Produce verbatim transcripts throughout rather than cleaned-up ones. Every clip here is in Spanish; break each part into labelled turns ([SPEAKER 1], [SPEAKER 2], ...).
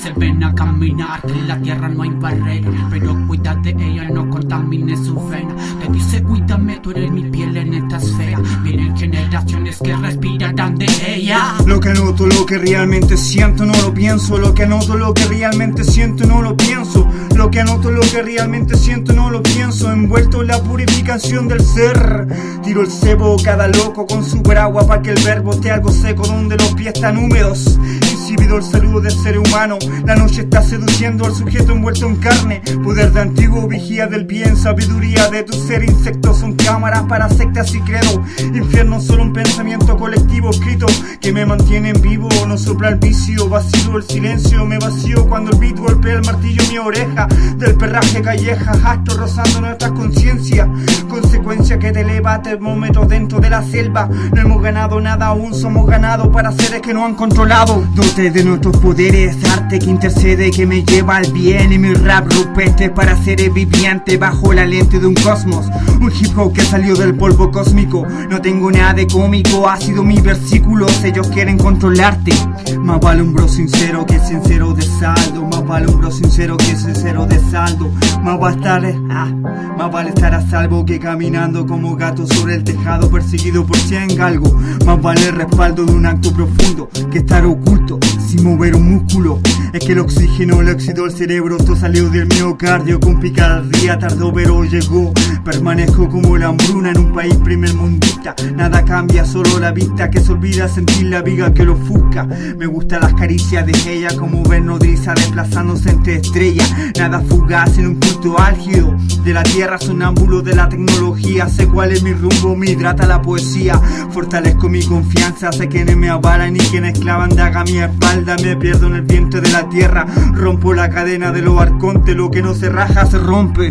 [SPEAKER 1] dice ven a caminar, que en la tierra no hay barrera, pero cuida de ella, no contamines su vena. Te dice cuídame, tú eres mi piel en esta esfera. Vienen generaciones que respirarán de ella.
[SPEAKER 2] Lo que anoto, lo que realmente siento, no lo pienso. Lo que anoto, lo que realmente siento, no lo pienso. Lo que anoto, lo que realmente siento, no lo pienso. Envuelto en la purificación del ser. Tiro el cebo, cada loco con su agua pa' que el verbo esté algo seco donde los pies están húmedos. Insípido el saludo del ser humano. La noche está seduciendo al sujeto envuelto en carne. Poder de antiguo, vigía del bien, sabiduría de tu ser. Insectos son cámaras para sectas y credo. Infierno solo un pensamiento colectivo escrito que me mantiene en vivo. No sopla el vicio, vacío el silencio. Me vacío cuando el beat golpea el martillo en mi oreja. Del perraje calleja, astro rozando nuestras conciencias. Consecuencia que te eleva, termómetro dentro de la selva. No hemos ganado nada aún, somos ganados para seres que no han controlado. Dote de nuestros poderes, arte que intercede, que me lleva al bien. Y mi rap rupestre para seres vivientes bajo la lente de un cosmos. Un hip hop que salió del polvo cósmico. No tengo nada de cómico, ha sido mi versículo. Ellos quieren controlarte. Más vale un bro sincero que sincero de saldo. Más vale un bro sincero que sincero de saldo. Más va a estar, ah, más vale estar a salvo que caminando como gato sobre el tejado perseguido por cien galgos. Más vale el respaldo de un acto profundo que estar oculto sin mover un músculo. Es que el oxígeno le oxidó el cerebro. Esto salió del miocardio con picardía. Tardó pero llegó. Permanezco como la hambruna en un país primer mundista. Nada cambia, solo la vista que se olvida sentir la viga que lo ofusca. Me gustan las caricias de ella, como ver nodriza desplazándose entre estrellas. Nada fugaz en un punto álgido de la tierra, sonámbulo de la tecnología. Sé cuál es mi rumbo, me hidrata la poesía. Fortalezco mi confianza, sé quienes me avalan y quienes clavan daga a mi espalda. Me pierdo en el viento de la tierra, rompo la cadena de los arcontes. Lo que no se raja se rompe.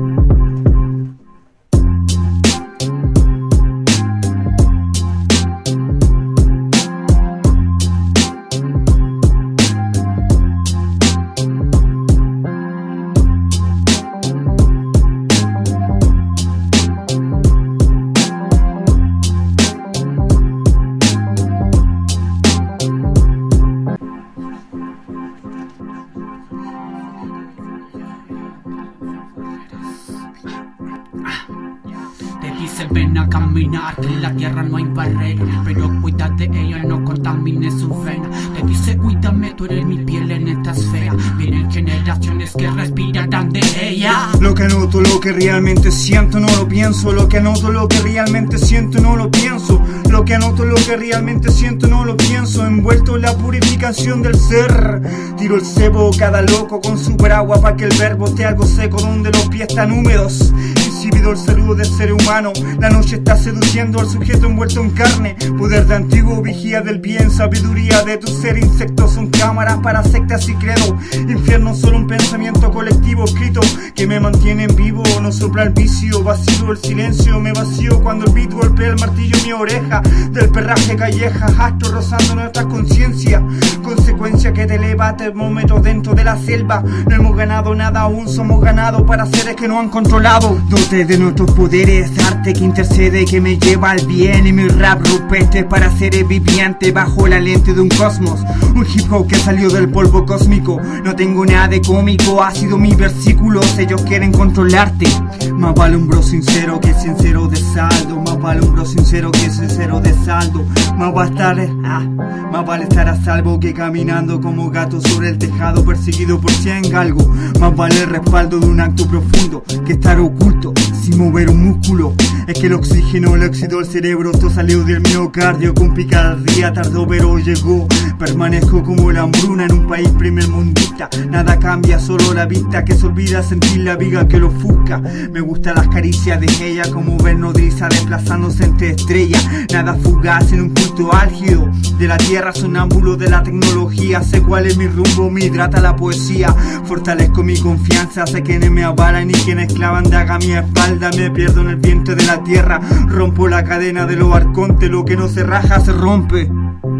[SPEAKER 1] Dice ven a caminar, que en la tierra no hay barrera, pero cuida de ella, no contamines su vena. Te dice cuídame, tú eres mi piel en esta esfera. Vienen generaciones que respirarán de ella.
[SPEAKER 2] Lo que anoto, lo que realmente siento, no lo pienso. Lo que anoto, lo que realmente siento, no lo pienso. Lo que anoto, lo que realmente siento, no lo pienso. Envuelto en la purificación del ser. Tiro el cebo, cada loco con su agua pa' que el verbo esté algo seco donde los pies están húmedos. Insípido el saludo del ser humano. La noche está seduciendo al sujeto envuelto en carne. Poder de antiguo, vigía del bien, sabiduría de tu ser. Insectos son cámaras para sectas y credo. Infierno solo un pensamiento colectivo escrito que me mantiene en vivo. No sopla el vicio, vacío el silencio. Me vacío cuando el beat golpea el martillo en mi oreja. Del perraje calleja, astro rozando nuestras conciencias. Consecuencia que te eleva, termómetro dentro de la selva. No hemos ganado nada aún, somos ganados para seres que no han controlado. Dote de nuestros poderes, arte que intercede, que me lleva al bien. Y mi rap rupestre para seres vivientes bajo la lente de un cosmos. Un hip hop que salió del polvo cósmico. No tengo nada de cómico, ha sido mi versículo. Ellos quieren controlarte. Más vale un bro sincero que sincero de saldo. Más vale un bro sincero que sincero de saldo. Más va a estar, ah, más vale estar a salvo que caminando como gato sobre el tejado perseguido por cien galgos. Más vale el respaldo de un acto profundo que estar oculto sin mover un músculo. Es que el oxígeno le oxidó el cerebro. Esto salió del miocardio con picardía. Tardó pero llegó. Permanezco como la hambruna en un país primer mundista. Nada cambia, solo la vista que se olvida sentir la viga que lo ofusca. Me gustan las caricias de ella, como ver nodriza desplazándose entre estrellas. Nada fugaz en un punto álgido de la tierra, sonámbulo de la tecnología. Sé cuál es mi rumbo, me hidrata la poesía. Fortalezco mi confianza, sé quienes me avalan y quienes clavan daga a mi espalda. Me pierdo en el viento de la tierra, rompo la cadena de los arcontes. Lo que no se raja se rompe.